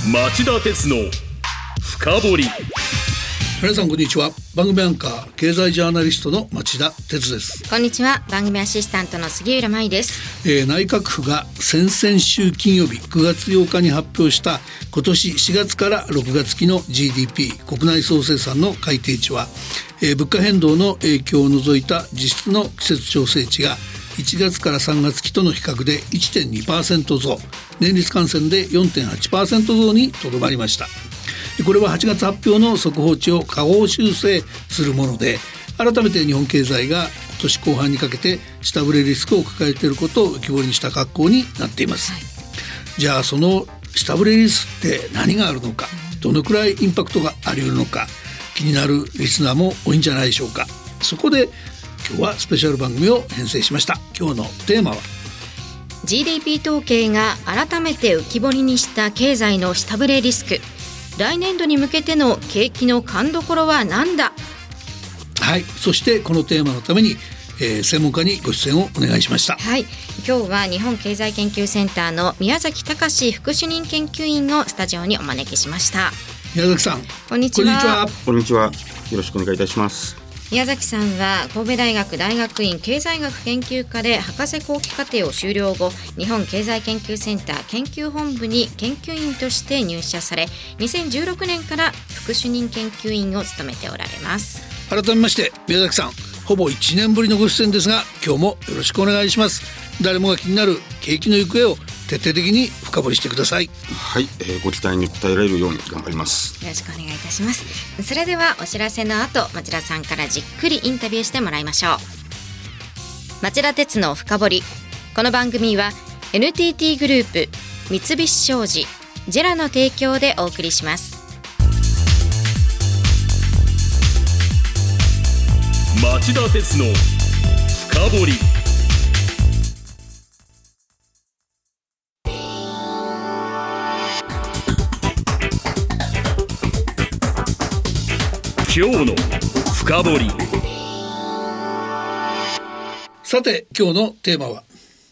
町田鉄の深掘り。 皆さんこんにちは。番組アンカー経済ジャーナリストの町田鉄です。 こんにちは。番組アシスタントの杉浦舞です。 内閣府が先々週金曜日9月8日に発表した今年4月から6月期の GDP 国内総生産の改定値は、物価変動の影響を除いた実質の季節調整値が1月から3月期との比較で 1.2% 増、年率換算で 4.8% 増にとどまりました。これは8月発表の速報値を下方修正するもので、改めて日本経済が今年後半にかけて下振れリスクを抱えていることを浮き彫りにした格好になっています。じゃあその下振れリスクって何があるのか、どのくらいインパクトがあり得るのか、気になるリスナーも多いんじゃないでしょうか。そこで今日はスペシャル番組を編成しました。今日のテーマは GDP 統計が改めて浮き彫りにした経済の下振れリスク、来年度に向けての景気の勘どころは何だ。 はい、そしてこのテーマのために、専門家にご出演をお願いしました。 はい、今日は日本経済研究センターの宮崎隆副主任研究員をスタジオにお招きしました。 宮崎さん、 こんにちは。 こんにちは。よろしくお願いいたします。 宮崎さんは神戸大学大学院経済学研究科で博士後期課程を修了後、日本経済研究センター研究本部に研究員として入社され、2016年から副主任研究員を務めておられます。 改めまして宮崎さん、ほぼ1年ぶりのご出演ですが、今日もよろしくお願いします。誰もが気になる景気の行方を徹底的に深掘りしてください。 はい、ご期待に応えられるように頑張ります。 よろしくお願いいたします。それではお知らせの後、町田さんからじっくりインタビューしてもらいましょう。町田鉄の深掘り。この番組は NTT グループ、三菱商事、ジェラの提供でお送りします。 町田鉄の深掘り。今日の深掘り。 さて今日のテーマは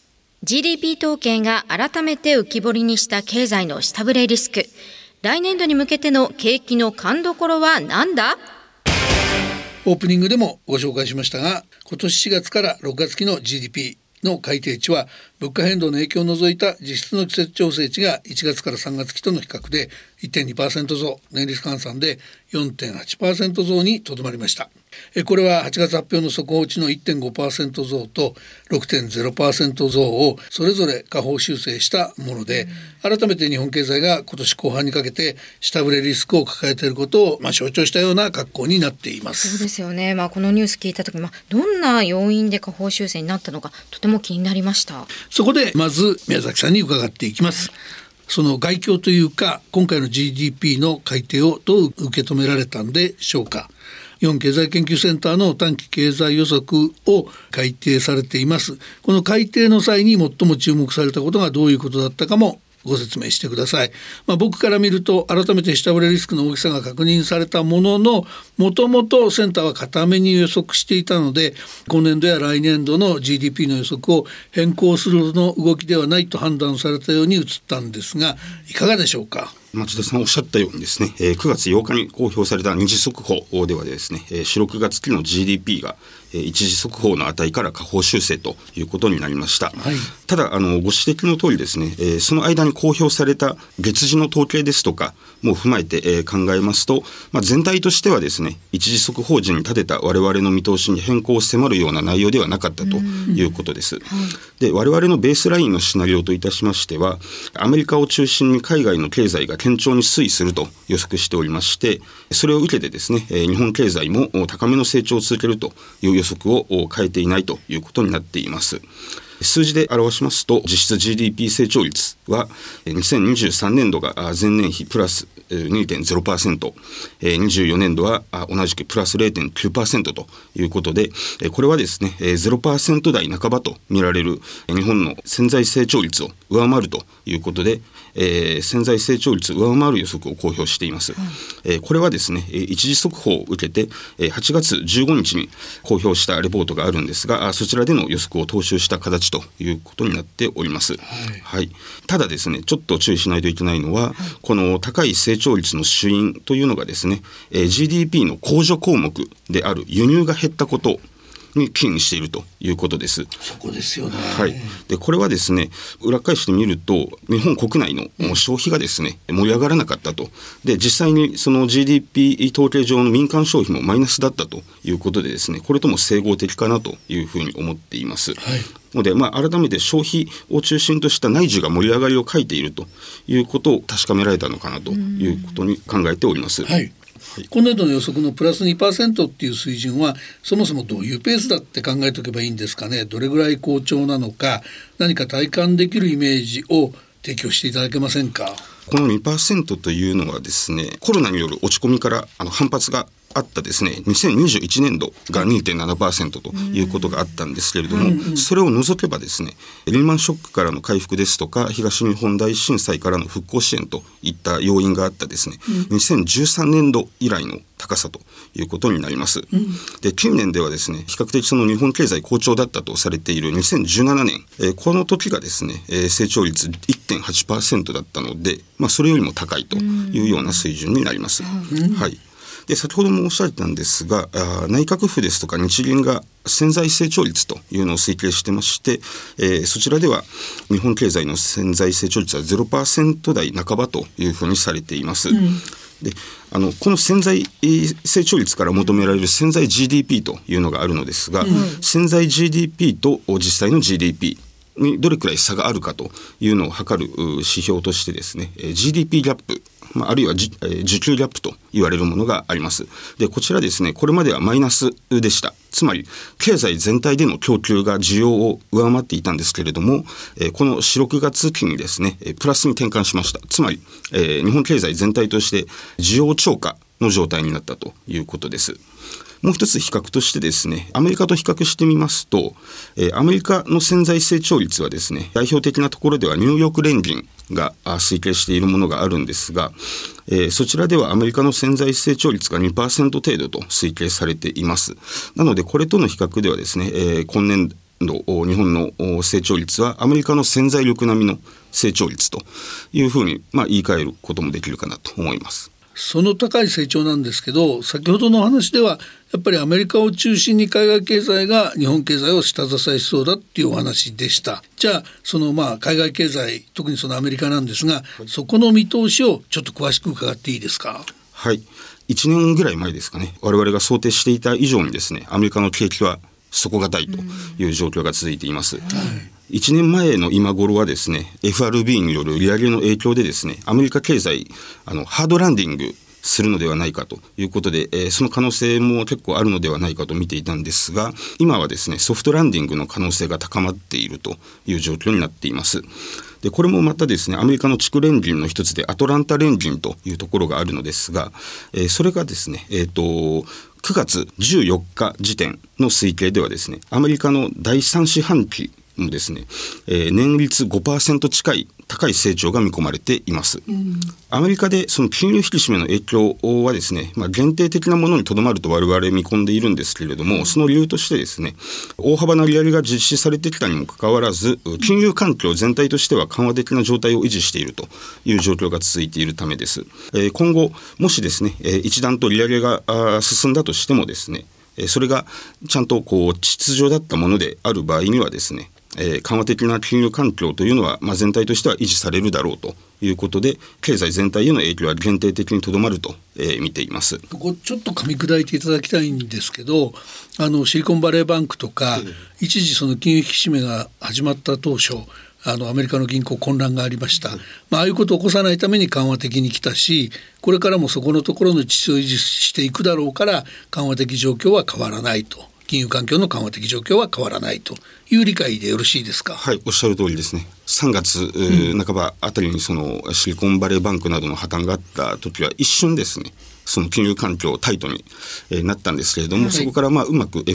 GDP 統計が改めて浮き彫りにした経済の下振れリスク、来年度に向けての景気の勘どころは何だ。 オープニングでもご紹介しましたが、今年4月から6月期の GDP の改定値は物価変動の影響を除いた実質の季節調整値が1月から3月期との比較で 1.2% 増、年率換算で 4.8% 増にとどまりました。これは8月発表の速報値の 1.5% 増と 6.0% 増をそれぞれ下方修正したもので、改めて日本経済が今年後半にかけて下振れリスクを抱えていることを象徴したような格好になっています。 そうですよね。このニュース聞いた時、どんな要因で下方修正になったのかとても気になりました。 そこでまず宮崎さんに伺っていきます。その概況というか、今回の GDP の改定をどう受け止められたんでしょうか。日本経済研究センターの短期経済予測を改定されています。この改定の際に最も注目されたことがどういうことだったかもご説明してください。僕から見ると改めて下振れリスクの大きさが確認されたものの、もともとセンターは固めに予測していたので、今年度や来年度の GDP の予測を変更するの動きではないと判断されたように映ったんですが、いかがでしょうか。 町田さんおっしゃったようにですね、9月8日に公表された二次速報ではですね、4、6月期の GDP が一次速報の値から下方修正ということになりました。ただご指摘の通りですね、その間に公表された月次の統計ですとかも踏まえて考えますと、全体としてはですね、一次速報時に立てた我々の見通しに変更を迫るような内容ではなかったということです。で、我々のベースラインのシナリオといたしましては、アメリカを中心に海外の経済が堅調に推移すると予測しておりまして、それを受けてですね、日本経済も高めの成長を続けるという予測を変えていないということになっています。数字で表しますと、実質 GDP 成長率は2023年度が前年比プラス 2.0%、24年度は同じくプラス 0.9% ということで、これはですね 0% 台半ばと見られる日本の潜在成長率を上回るということで、潜在成長率を上回る予測を公表しています。これはですね、一次速報を受けて8月15日に公表したレポートがあるんですが、そちらでの予測を踏襲した形ということになっております。はい、ただですね、ちょっと注意しないといけないのは、この高い成長率の主因というのがですね、GDP の控除項目である輸入が減ったことに起因しているということです。 そこですよね。 はい、でこれはですね、裏返してみると日本国内の消費がですね、盛り上がらなかったと。で実際にその GDP 統計上の民間消費もマイナスだったということでですね、これとも整合的かなというふうに思っています。ので、改めて消費を中心とした内需が盛り上がりを欠いているということを確かめられたのかなということに考えております。 今年度の予測のプラス 2% っていう水準はそもそもどういうペースだって考えておけばいいんですかね。どれぐらい好調なのか、何か体感できるイメージを提供していただけませんか。 この 2% というのはですね、コロナによる落ち込みから反発があったですね、2021年度が 2.7% ということがあったんですけれども、それを除けばですね、リーマンショックからの回復ですとか、東日本大震災からの復興支援といった要因があったですね、2013年度以来の高さということになります。で近年ではですね、比較的その日本経済好調だったとされている2017年、この時がですね、成長率 1.8% だったので、それよりも高いというような水準になります。で先ほどもおっしゃったんですが、内閣府ですとか日銀が潜在成長率というのを推計してまして、そちらでは日本経済の潜在成長率は 0% 台半ばというふうにされています。でこの潜在成長率から求められる潜在 GDP というのがあるのですが、潜在 GDP と実際の GDPにどれくらい差があるかというのを測る指標としてですね、GDP ギャップ、あるいは需給ギャップと言われるものがあります。でこちらですね、これまではマイナスでした。つまり経済全体での供給が需要を上回っていたんですけれども、この4、6月期にですね、プラスに転換しました。つまり、日本経済全体として需要超過の状態になったということです。もう一つ比較としてですね、アメリカと比較してみますと、アメリカの潜在成長率はですね、代表的なところではニューヨーク連銀が推計しているものがあるんですが、そちらではアメリカの潜在成長率が 2% 程度と推計されています。なのでこれとの比較ではですね、今年度日本の成長率はアメリカの潜在力並みの成長率というふうに言い換えることもできるかなと思います。 その高い成長なんですけど、先ほどのお話ではやっぱりアメリカを中心に海外経済が日本経済を下支えしそうだっていうお話でした。じゃあその海外経済、特にそのアメリカなんですが、そこの見通しをちょっと詳しく伺っていいですか。 はい、1年ぐらい前ですかね、我々が想定していた以上にですね、アメリカの景気は底堅いという状況が続いています。1年前の今頃はですね、 FRB による利上げの影響でですね、アメリカ経済ハードランディングするのではないかということで、その可能性も結構あるのではないかと見ていたんですが、今はですね、ソフトランディングの可能性が高まっているという状況になっています。でこれもまたですね、アメリカの地区連銀の一つでアトランタ連銀というところがあるのですが、それがですね、9月14日時点の推計ではですね、アメリカの第3四半期もですね、年率 5% 近い高い成長が見込まれています。アメリカでその金融引き締めの影響はですね、限定的なものにとどまると我々見込んでいるんですけれども、その理由としてですね、大幅な利上げが実施されてきたにもかかわらず、金融環境全体としては緩和的な状態を維持しているという状況が続いているためです。今後もしですね、一段と利上げが進んだとしてもですね、それがちゃんと秩序だったものである場合にはですね、緩和的な金融環境というのは、全体としては維持されるだろうということで、経済全体への影響は限定的にとどまると、見ています。 ここちょっと噛み砕いていただきたいんですけど、シリコンバレーバンクとか、一時その金融引き締めが始まった当初、アメリカの銀行混乱がありました。ああいうことを起こさないために緩和的に来たし、これからもそこのところの秩序を維持していくだろうから、緩和的状況は変わらないと、金融環境の緩和的状況は変わらないという理解でよろしいですか。 はい、おっしゃる通りですね。3月半ばあたりにそのシリコンバレーバンクなどの破綻があった時は一瞬ですね、その金融環境タイトになったんですけれども、そこからうまく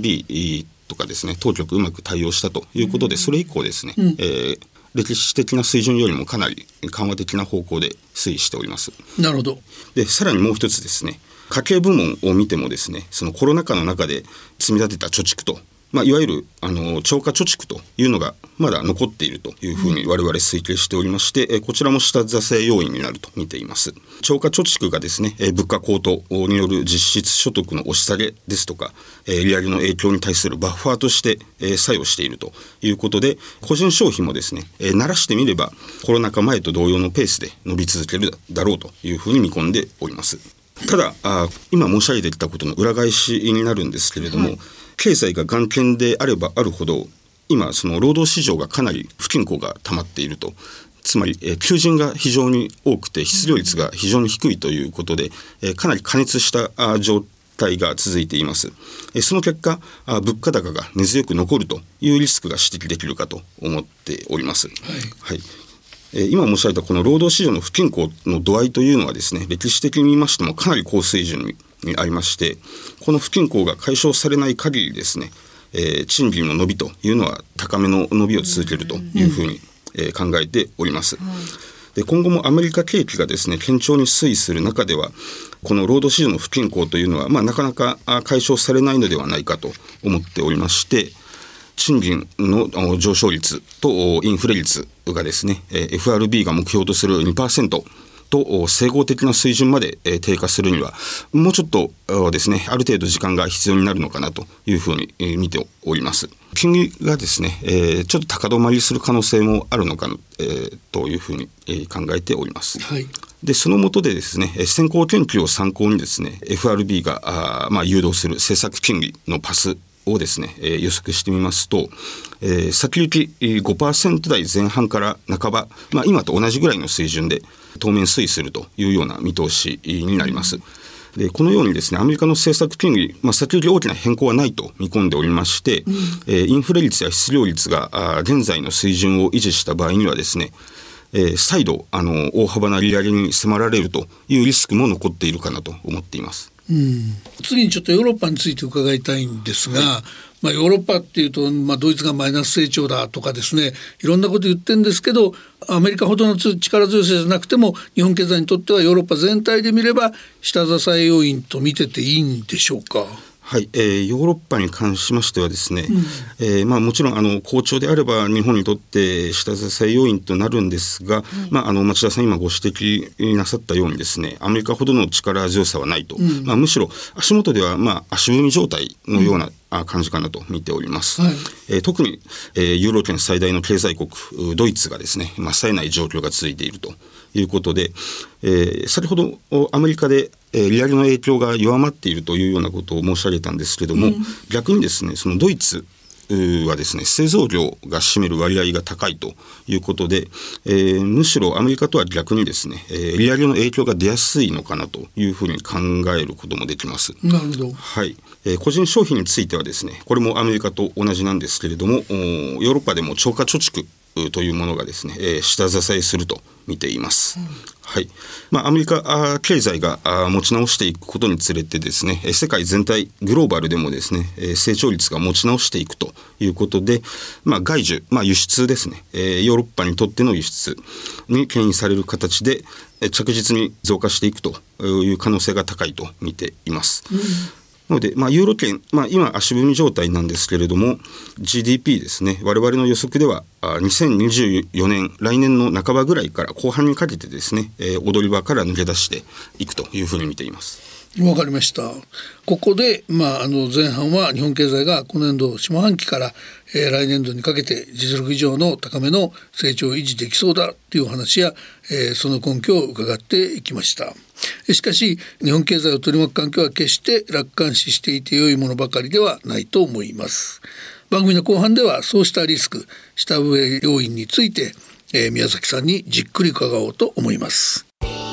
FRB とかですね、当局うまく対応したということで、それ以降ですね、歴史的な水準よりもかなり緩和的な方向で推移しております。 なるほど。 でさらにもう一つですね、家計部門を見てもですね、そのコロナ禍の中で積み立てた貯蓄と、 いわゆる超過貯蓄というのがまだ残っているというふうに我々推計しておりまして、こちらも下支え要因になると見ています。超過貯蓄がですね、物価高騰による実質所得の押し下げですとか、利上げの影響に対するバッファーとして作用しているということで、個人消費もですね、慣らしてみればコロナ禍前と同様のペースで伸び続けるだろうというふうに見込んでおります。ただ今申し上げてきたことの裏返しになるんですけれども、経済が頑健であればあるほど今その労働市場がかなり不均衡が溜まっていると、つまり求人が非常に多くて失業率が非常に低いということで、かなり過熱した状態が続いています。その結果物価高が根強く残るというリスクが指摘できるかと思っております。はい、今申し上げたこの労働市場の不均衡の度合いというのはですね、歴史的に見ましてもかなり高水準にありまして、この不均衡が解消されない限りですね、賃金の伸びというのは高めの伸びを続けるというふうに、考えております。で今後もアメリカ景気がですね堅調に推移する中では、この労働市場の不均衡というのは、なかなか解消されないのではないかと思っておりまして、賃金の上昇率とインフレ率がですね、FRB が目標とする 2% と整合的な水準まで低下するにはもうちょっとですね、ある程度時間が必要になるのかなというふうに見ております。金利がですね、ちょっと高止まりする可能性もあるのかな、というふうに考えております。はい、でその下でですね、先行研究を参考にですね FRB が誘導する政策金利のパスをですね、予測してみますと、先行き 5% 台前半から半ば、今と同じぐらいの水準で当面推移するというような見通しになります。でこのようにですね、アメリカの政策金利、先行き大きな変更はないと見込んでおりまして、インフレ率や失業率が現在の水準を維持した場合にはですね、再度大幅な利上げに迫られるというリスクも残っているかなと思っています。 次にちょっとヨーロッパについて伺いたいんですが、ヨーロッパっていうと、ドイツがマイナス成長だとかですね、いろんなこと言ってるんですけど、アメリカほどの力強さじゃなくても日本経済にとってはヨーロッパ全体で見れば下支え要因と見てていいんでしょうか。 はい、ヨーロッパに関しましてはですね、もちろん好調であれば日本にとって下支え要因となるんですが、町田さん今ご指摘なさったようにですね、アメリカほどの力強さはないと、むしろ足元では足踏み状態のような感じかなと見ております。特に、ユーロ圏最大の経済国ドイツがですね、冴えない状況が続いているということで、先ほどアメリカで利上げの影響が弱まっているというようなことを申し上げたんですけども、逆にですね、そのドイツはですね、製造業が占める割合が高いということで、むしろアメリカとは逆にですね、利上げの影響が出やすいのかなというふうに考えることもできます。 なるほど。 はい。個人消費についてはですね、これもアメリカと同じなんですけれども、ヨーロッパでも超過貯蓄というものがですね、下支えすると見ています。はい。アメリカ経済が持ち直していくことにつれてですね、世界全体グローバルでもですね、成長率が持ち直していくということで、外需、輸出ですね、ヨーロッパにとっての輸出に牽引される形で着実に増加していくという可能性が高いと見ています。なので、ユーロ圏、今足踏み状態なんですけれども GDP ですね、我々の予測では2024年来年の半ばぐらいから後半にかけてですね、踊り場から抜け出していくというふうに見ています。 わかりました。ここで、前半は日本経済が今年度下半期から、来年度にかけて実力以上の高めの成長を維持できそうだというお話や、その根拠を伺っていきました。しかし日本経済を取り巻く環境は決して楽観視していて良いものばかりではないと思います。番組の後半ではそうしたリスク、下振れ要因について、宮崎さんにじっくり伺おうと思います。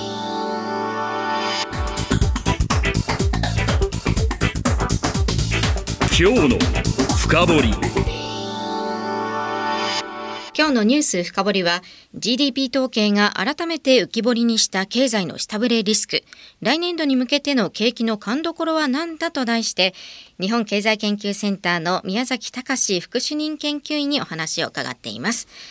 今日の深掘り。 今日のニュース深掘りは GDP 統計が改めて浮き彫りにした経済の下振れリスク、来年度に向けての景気の勘どころは何だと題して、日本経済研究センターの宮崎隆副主任研究員にお話を伺っています。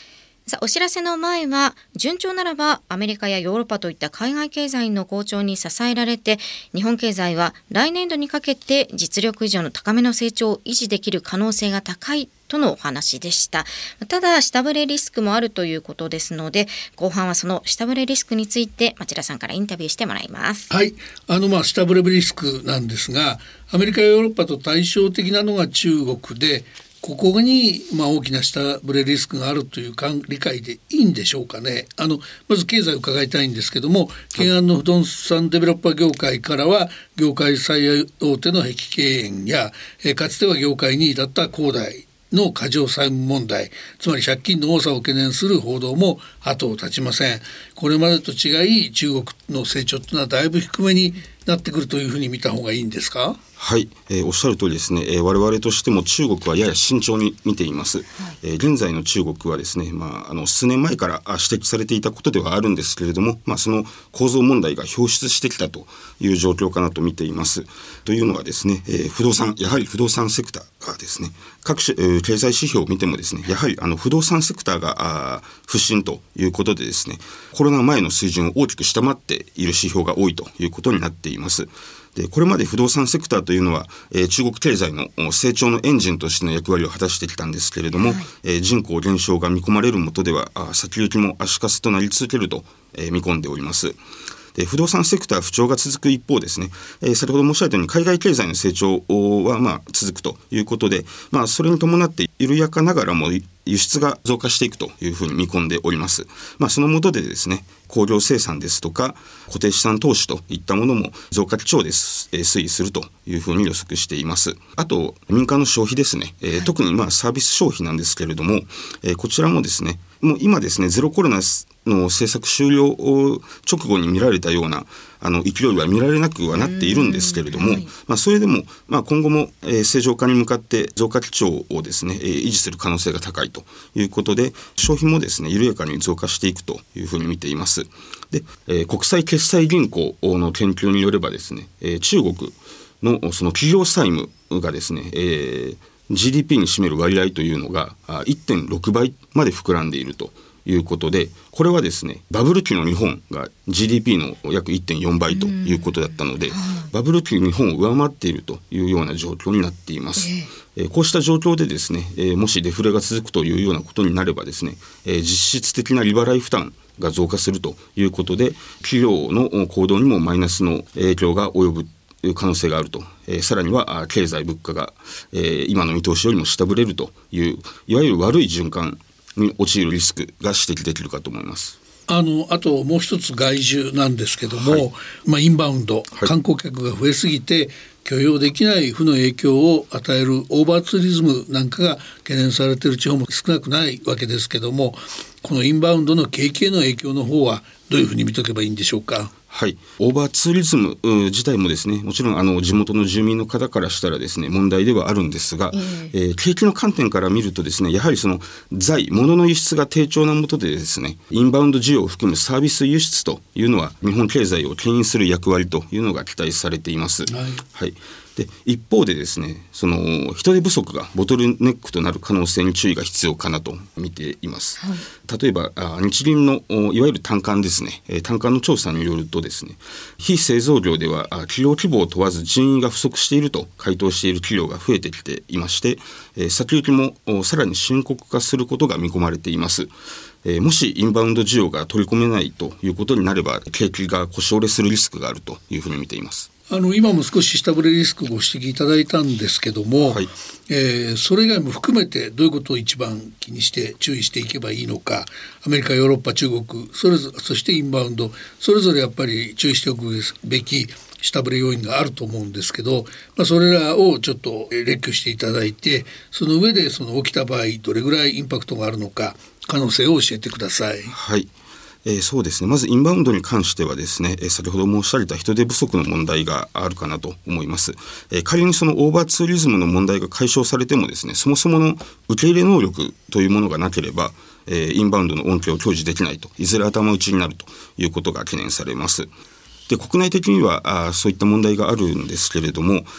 さあ、お知らせの前は順調ならばアメリカやヨーロッパといった海外経済の好調に支えられて、日本経済は来年度にかけて実力以上の高めの成長を維持できる可能性が高いとのお話でした。ただ下振れリスクもあるということですので、後半はその下振れリスクについて町田さんからインタビューしてもらいます。 はい、下振れリスクなんですが、アメリカやヨーロッパと対照的なのが中国で、ここに大きな下振れリスクがあるという理解でいいんでしょうかね。まず経済を伺いたいんですけども、懸案の不動産デベロッパー業界からは業界最大手の碧桂園や、かつては業界2位だった恒大の過剰債務問題、つまり借金の多さを懸念する報道も後を絶ちません。これまでと違い中国の成長というのはだいぶ低めになってくるというふうに見た方がいいんですか。 はい、おっしゃる通りですね、我々としても中国はやや慎重に見ています。現在の中国はですね、数年前から指摘されていたことではあるんですけれども、その構造問題が表出してきたという状況かなと見ています。というのはですね、やはり不動産セクターがですね、各種経済指標を見てもですね、やはり不動産セクターが不振ということでですね、コロナ前の水準を大きく下回っている指標が多いということになっています。で、これまで不動産セクターというのは、中国経済の成長のエンジンとしての役割を果たしてきたんですけれども、人口減少が見込まれる下では先行きも足かせとなり続けると、見込んでおります。で、不動産セクター不調が続く一方ですね、先ほど申し上げたように海外経済の成長は続くということで、それに伴って緩やかながらも輸出が増加していくというふうに見込んでおります。その下でですね、工業生産ですとか固定資産投資といったものも増加基調で推移するというふうに予測しています。あと民間の消費ですね、特にサービス消費なんですけれども、こちらもですね、もう今ですね、ゼロコロナの政策終了直後に見られたような勢いは見られなくはなっているんですけれども、それでも、今後も、正常化に向かって増加基調をですね、維持する可能性が高いということで、消費もですね、緩やかに増加していくというふうに見ています。で、国際決済銀行の研究によればですね、中国のその企業債務がですね、GDP に占める割合というのが 1.6 倍まで膨らんでいるということで、これはですね、バブル期の日本が GDP の約 1.4 倍ということだったので、バブル期の日本を上回っているというような状況になっています。こうした状況でですね、もしデフレが続くというようなことになればですね、実質的な利払い負担が増加するということで、企業の行動にもマイナスの影響が及ぶ可能性があると、さらには経済物価が、今の見通しよりも下振れるという、いわゆる悪い循環に陥るリスクが指摘できるかと思います。 あともう一つ外需なんですけども、インバウンド、観光客が増えすぎて許容できない負の影響を与えるオーバーツーリズムなんかが懸念されている地方も少なくないわけですけども、このインバウンドの景気への影響の方はどういうふうに見とけばいいんでしょうか。 はい、オーバーツーリズム自体もですね、もちろん地元の住民の方からしたらですね、問題ではあるんですが、景気の観点から見るとですね、やはりその物の輸出が低調な下でですね、インバウンド需要を含むサービス輸出というのは日本経済を牽引する役割というのが期待されています。はい。で、一方でですね、その人手不足がボトルネックとなる可能性に注意が必要かなと見ています。例えば日銀のいわゆる短観ですね、短観の調査によるとですね、非製造業では企業規模を問わず人員が不足していると回答している企業が増えてきていまして、先行きもさらに深刻化することが見込まれています。もしインバウンド需要が取り込めないということになれば、景気が腰折れするリスクがあるというふうに見ています。 今も少し下振れリスクをご指摘いただいたんですけども、それ以外も含めてどういうことを一番気にして注意していけばいいのか、アメリカ、ヨーロッパ、中国そしてインバウンド、それぞれやっぱり注意しておくべき下振れ要因があると思うんですけど、それらをちょっと列挙していただいて、その上で起きた場合どれぐらいインパクトがあるのか、可能性を教えてください。 はい。そうですね、まずインバウンドに関してはですね、先ほど申し上げた人手不足の問題があるかなと思います。仮にそのオーバーツーリズムの問題が解消されてもですね、そもそもの受け入れ能力というものがなければ、インバウンドの恩恵を享受できないと、いずれ頭打ちになるということが懸念されます。で、国内的にはそういった問題があるんですけれども、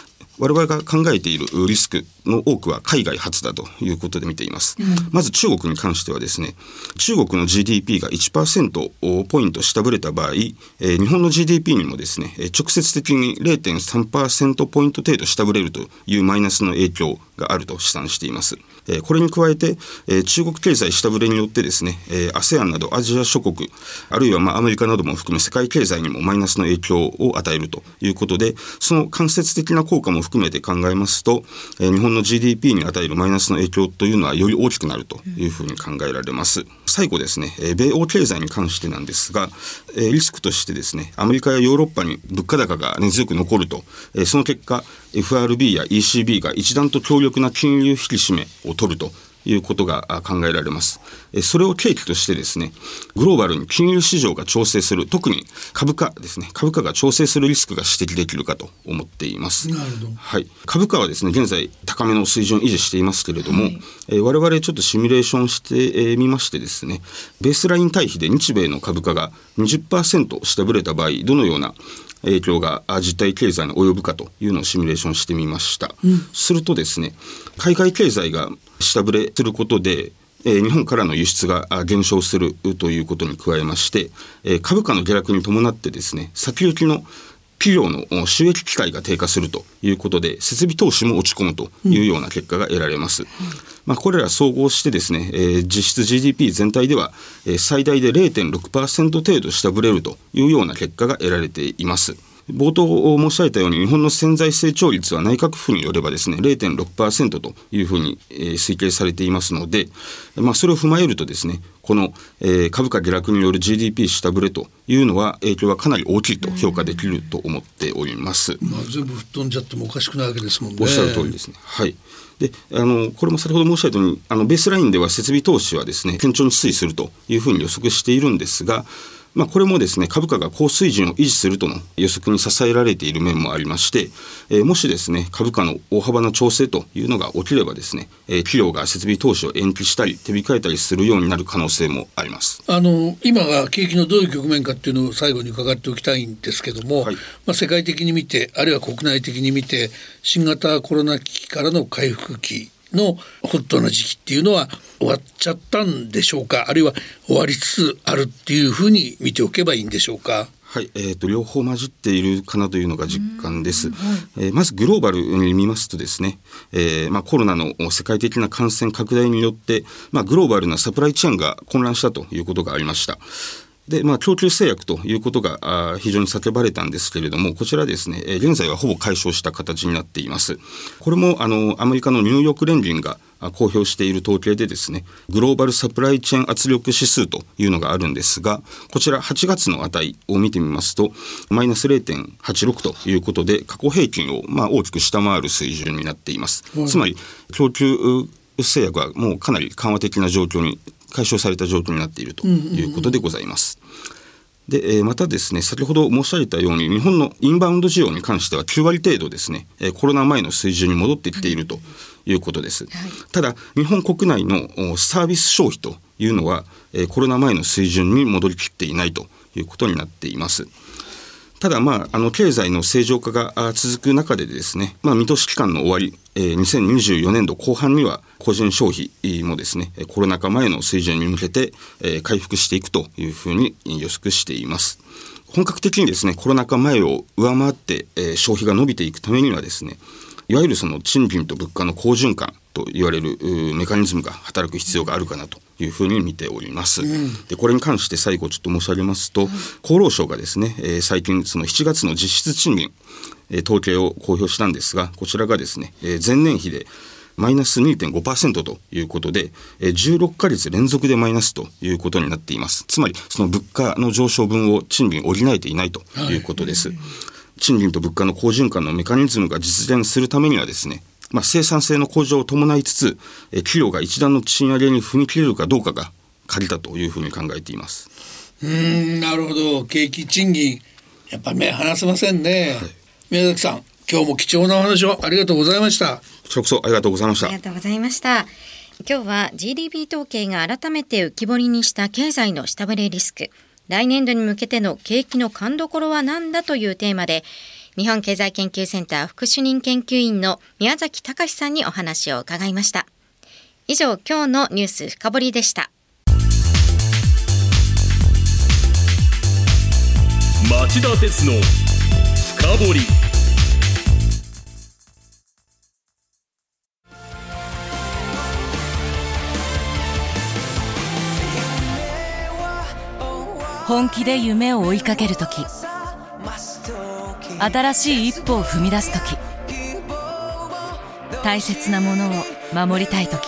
我々が考えているリスクの多くは海外発だということで見ています。まず中国に関してはですね、中国の GDP が 1% ポイント下振れた場合、日本の GDP にもですね、直接的に 0.3% ポイント程度下振れるというマイナスの影響があると試算しています。これに加えて、中国経済下振れによってですね、ASEAN などアジア諸国、あるいはアメリカなども含め世界経済にもマイナスの影響を与えるということで、その間接的な効果も含めて考えますと、日本の GDP に与えるマイナスの影響というのはより大きくなるというふうに考えられます。最後ですね、米欧経済に関してなんですが、リスクとしてですね、アメリカやヨーロッパに物価高が根強く残ると、その結果 FRB や ECB が一段と強力な金融引き締めを取るということが考えられます。それを契機としてですね、グローバルに金融市場が調整する、特に株価ですね、株価が調整するリスクが指摘できるかと思っています。 なるほど。 はい、株価はですね、現在高めの水準を維持していますけれども、我々ちょっとシミュレーションしてみましてですね、ベースライン対比で日米の株価が 20% 下振れた場合、どのような影響が実体経済に及ぶかというのをシミュレーションしてみました。するとですね、海外経済が下振れすることで、日本からの輸出が減少するということに加えまして、株価の下落に伴ってですね、先行きの企業の収益機会が低下するということで、設備投資も落ち込むというような結果が得られます。これら総合してですね、実質 GDP 全体では最大で 0.6% 程度下振れるというような結果が得られています。冒頭申し上げたように、日本の潜在成長率は内閣府によればですね 0.6% というふうに推計されていますので、それを踏まえるとですね、この株価下落による GDP 下振れというのは影響はかなり大きいと評価できると思っております。 全部吹っ飛んじゃってもおかしくないわけですもんね。 おっしゃる通りですね。はい。で、これも先ほど申し上げたように、ベースラインでは設備投資はですね、堅調に推移するというふうに予測しているんですが、これもですね、株価が高水準を維持するとの予測に支えられている面もありまして、もしですね、株価の大幅な調整というのが起きればですね、企業が設備投資を延期したり手控えたりするようになる可能性もあります。 今が景気のどういう局面かっていうのを最後に伺っておきたいんですけども、世界的に見て、あるいは国内的に見て、新型コロナ危機からの回復期のホットな時期っていうのは終わっちゃったんでしょうか、あるいは終わりつつあるっていうふうに見ておけばいいんでしょうか。 はい、両方混じっているかなというのが実感です。まずグローバルに見ますとですね、コロナの世界的な感染拡大によって、グローバルなサプライチェーンが混乱したということがありました。で、供給制約ということが非常に叫ばれたんですけれども、こちらですね、現在はほぼ解消した形になっています。これもアメリカのニューヨーク連銀が公表している統計でですね、グローバルサプライチェーン圧力指数というのがあるんですが、こちら8月の値を見てみますとマイナス 0.86 ということで、過去平均を大きく下回る水準になっています。つまり供給制約はもうかなり緩和的な状況に解消された状況になっているということでございます。で、またですね、先ほど申し上げたように、日本のインバウンド需要に関しては9割程度ですね、コロナ前の水準に戻ってきているということです。ただ日本国内のサービス消費というのはコロナ前の水準に戻りきっていないということになっています。ただ経済の正常化が続く中でですね、見通し期間の終わり、2024年度後半には個人消費もですね、コロナ禍前の水準に向けて回復していくというふうに予測しています。本格的にですね、コロナ禍前を上回って消費が伸びていくためにはですね、いわゆるその賃金と物価の好循環と言われるメカニズムが働く必要があるかなというふうに見ております。で、これに関して最後ちょっと申し上げますと、厚労省がですね、最近その7月の実質賃金、統計を公表したんですが、こちらがですね、前年比でマイナス 2.5% ということで、16ヶ月連続でマイナスということになっています。つまりその物価の上昇分を賃金補えていないということです。賃金と物価の好循環のメカニズムが実現するためにはですね、生産性の向上を伴いつつ、企業が一段の賃上げに踏み切れるかどうかが鍵だというふうに考えています。 なるほど。景気賃金やっぱり目離せませんね。宮崎さん、今日も貴重なお話をありがとうございました。 こちらこそありがとうございました。 ありがとうございました。今日は GDP 統計が改めて浮き彫りにした経済の下振れリスク、来年度に向けての景気の勘どころは何だというテーマで、 日本経済研究センター副主任研究員の宮崎隆さんにお話を伺いました。以上、今日のニュース深掘りでした。 町田鉄の深掘り。 本気で夢を追いかけるとき、新しい一歩を踏み出すとき、大切なものを守りたいとき、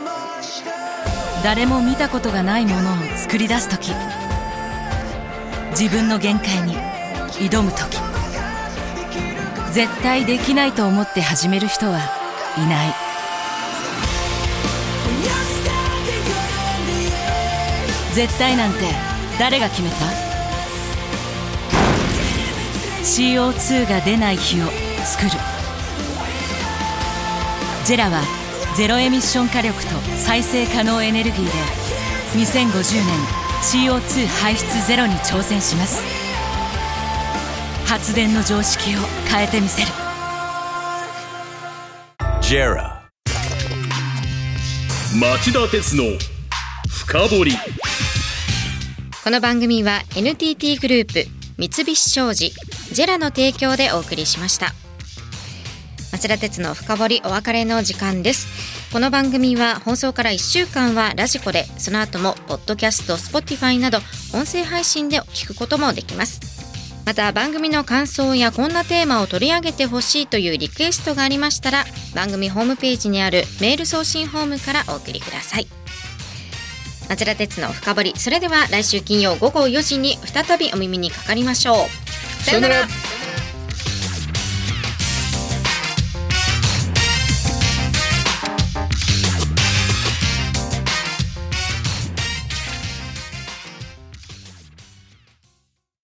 誰も見たことがないものを作り出すとき、自分の限界に挑むとき、絶対できないと思って始める人はいない。絶対なんて誰が決めた？ CO2 が出ない日を作る。ジェラはゼロエミッション火力と再生可能エネルギーで2050年 CO2 排出ゼロに挑戦します。発電の常識を変えてみせる。 ジェラ町田鉄の深掘り。 この番組は NTT グループ、三菱商事、ジェラの提供でお送りしました。町田鉄の深掘り、お別れの時間です。この番組は放送から1週間はラジコで、その後もポッドキャスト、Spotify など音声配信で聞くこともできます。また番組の感想やこんなテーマを取り上げてほしいというリクエストがありましたら、番組ホームページにあるメール送信フォームからお送りください。町田鉄の深掘り、それでは来週金曜午後4時に再びお耳にかかりましょう。さよなら。